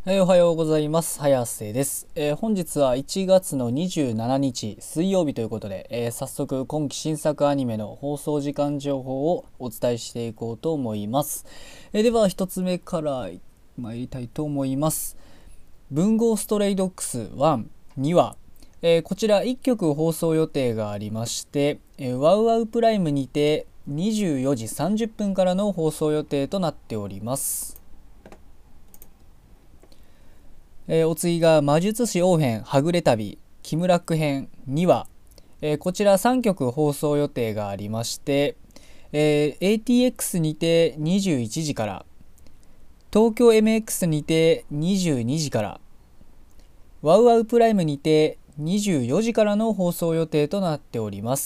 おはようございます。早瀬です。本日は1月の27日水曜日ということで、早速今期新作アニメの放送時間情報をお伝えしていこうと思います。では一つ目から参りたいと思います。文豪ストレイドッグス1、2話、こちら1曲放送予定がありまして、ワウワウプライムにて24時30分からの放送予定となっております。お次が魔術師王編はぐれ旅キムラック編2話、こちら3曲放送予定がありまして、ATX にて21時から、東京 MX にて22時から、ワウワウプライムにて24時からの放送予定となっております。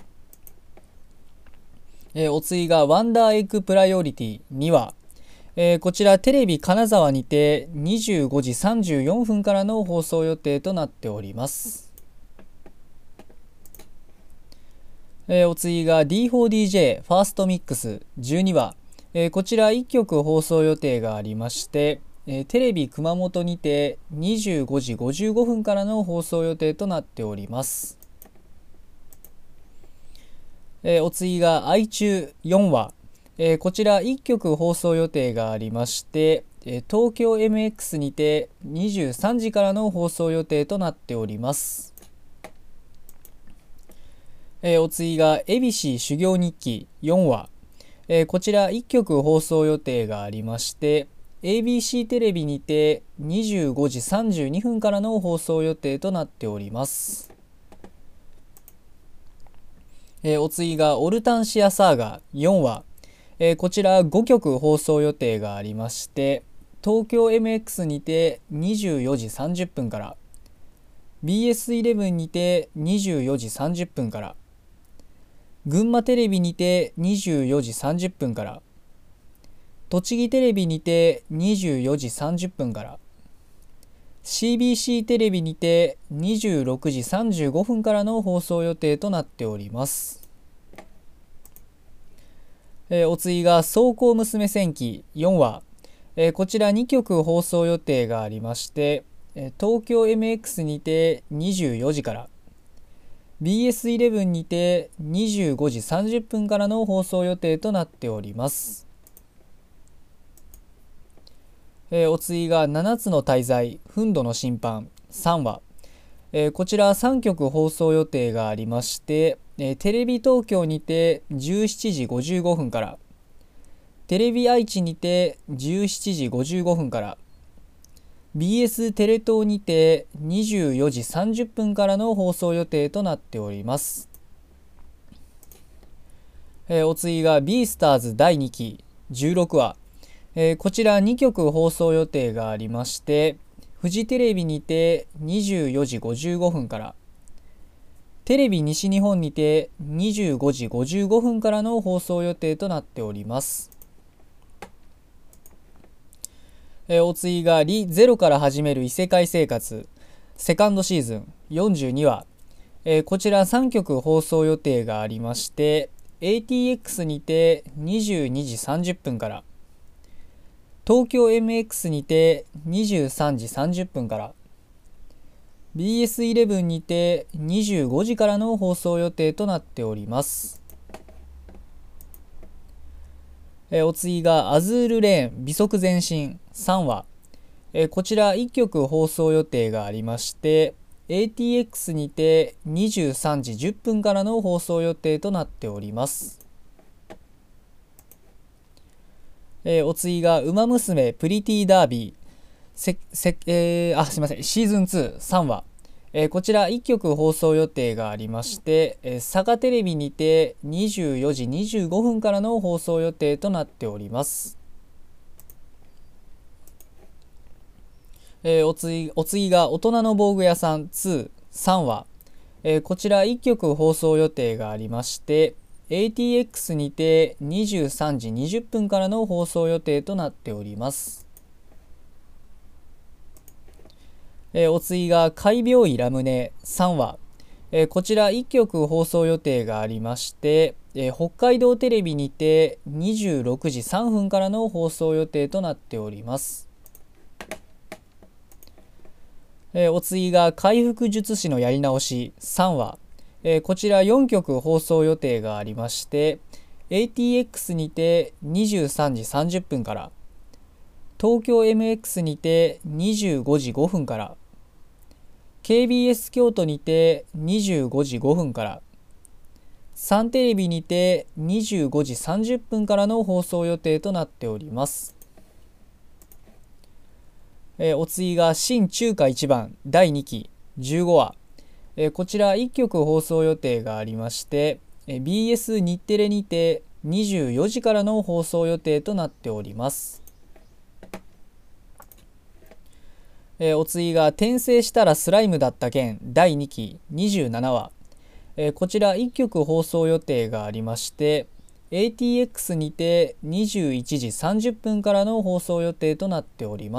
お次がワンダーエッグプライオリティ2話、こちらテレビ金沢にて25時34分からの放送予定となっております。お次が D4DJ ファーストミックス12話、こちら1曲放送予定がありまして、テレビ熊本にて25時55分からの放送予定となっております。お次が愛中4話、こちら1曲放送予定がありまして、東京 MX にて23時からの放送予定となっております。お次が恵比寿修行日記4話、こちら1曲放送予定がありまして、ABC テレビにて25時32分からの放送予定となっております。お次がオルタンシアサーガ4話、こちら5曲放送予定がありまして、東京 MX にて24時30分から、BS11 にて24時30分から、群馬テレビにて24時30分から、栃木テレビにて24時30分から、CBC テレビにて26時35分からの放送予定となっております。お次が走行娘戦記4話、こちら2曲放送予定がありまして、東京 MX にて24時から、BS11 にて25時30分からの放送予定となっております。お次が7つの大罪憤怒の審判3話、こちら3曲放送予定がありまして、テレビ東京にて17時55分から、テレビ愛知にて17時55分から、BS テレ東にて24時30分からの放送予定となっております。お次がビースターズ第2期16話、こちら2曲放送予定がありまして、フジテレビにて24時55分から、テレビ西日本にて25時55分からの放送予定となっております。お次がリゼロから始める異世界生活セカンドシーズン42話、こちら3曲放送予定がありまして、 ATX にて22時30分から、東京 MX にて23時30分から、 BS11 にて25時からの放送予定となっております。お次がアズールレーン美足前進3話、こちら1曲放送予定がありまして、 ATX にて23時10分からの放送予定となっております。お次がウマ娘プリティダービーすいませんシーズン2 3話、こちら1曲放送予定がありまして、佐賀テレビにて24時25分からの放送予定となっております。お次が大人の防具屋さん2 3話、こちら1曲放送予定がありまして、 ATX にて23時20分からの放送予定となっております。お次が怪病医ラムネ3話、こちら1曲放送予定がありまして、北海道テレビにて26時3分からの放送予定となっております。 お次が回復術師のやり直し3話、こちら4曲放送予定がありまして、ATX にて23時30分から、東京 MX にて25時5分から、KBS 京都にて25時5分から、サンテレビにて25時30分からの放送予定となっております。お次が新中華一番第2期15話、こちら1曲放送予定がありまして、BS 日テレにて24時からの放送予定となっております。お次が転生したらスライムだった件第2期27話、こちら1曲放送予定がありまして、ATX にて21時30分からの放送予定となっております。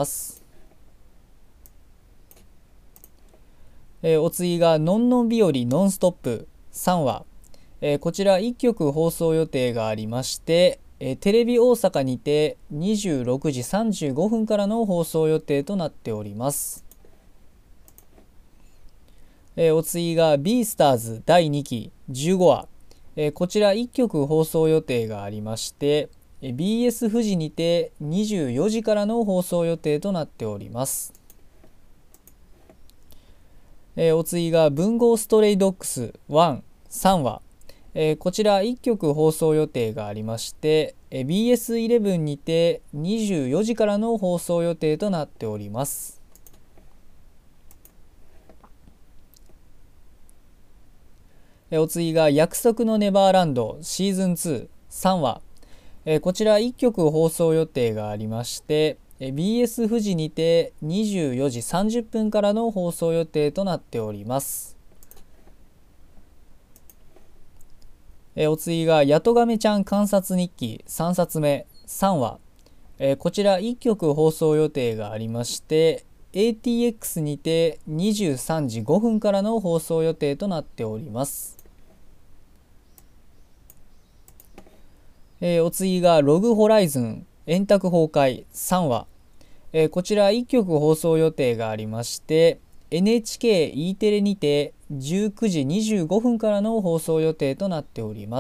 お次がのんのん日和ノンストップ3話、こちら1曲放送予定がありまして、テレビ大阪にて26時35分からの放送予定となっております。お次が B スターズ第2期15話、こちら1曲放送予定がありまして、BS 富士にて24時からの放送予定となっております。お次が文豪ストレイドッグス1、3話、こちら1曲放送予定がありまして、BS11 にて24時からの放送予定となっております。お次が約束のネバーランドシーズン2、3話、こちら1曲放送予定がありまして、BS 富士にて24時30分からの放送予定となっております。お次がやとがめちゃん観察日記3冊目3話、こちら1曲放送予定がありまして、ATX にて23時5分からの放送予定となっております。お次がログホライズン円卓崩壊3話、こちら1曲放送予定がありまして、NHKE テレにて19時25分からの放送予定となっております。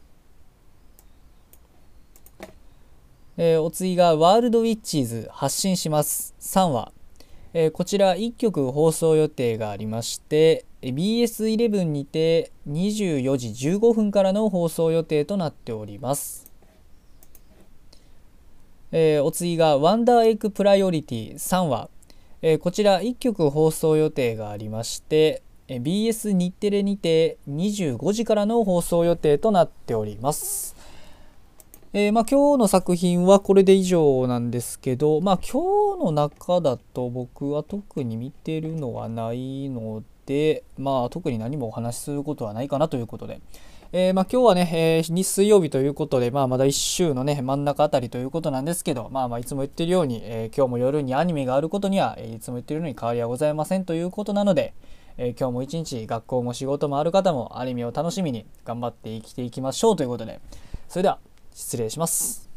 お次がワールドウィッチーズ発信します3話、こちら1曲放送予定がありまして、BS11 にて24時15分からの放送予定となっております。お次がワンダーエッグプライオリティ3話、こちら1曲放送予定がありまして、BS 日テレにて25時からの放送予定となっております。今日の作品はこれで以上なんですけど、今日の中だと僕は特に見てるのはないので、特に何もお話しすることはないかなということで、今日はね、水曜日ということで、まだ1週のね真ん中あたりということなんですけど、いつも言ってるように、今日も夜にアニメがあることには、いつも言ってるように変わりはございませんということなので、今日も一日学校も仕事もある方もアニメを楽しみに頑張って生きていきましょうということで、それでは失礼します。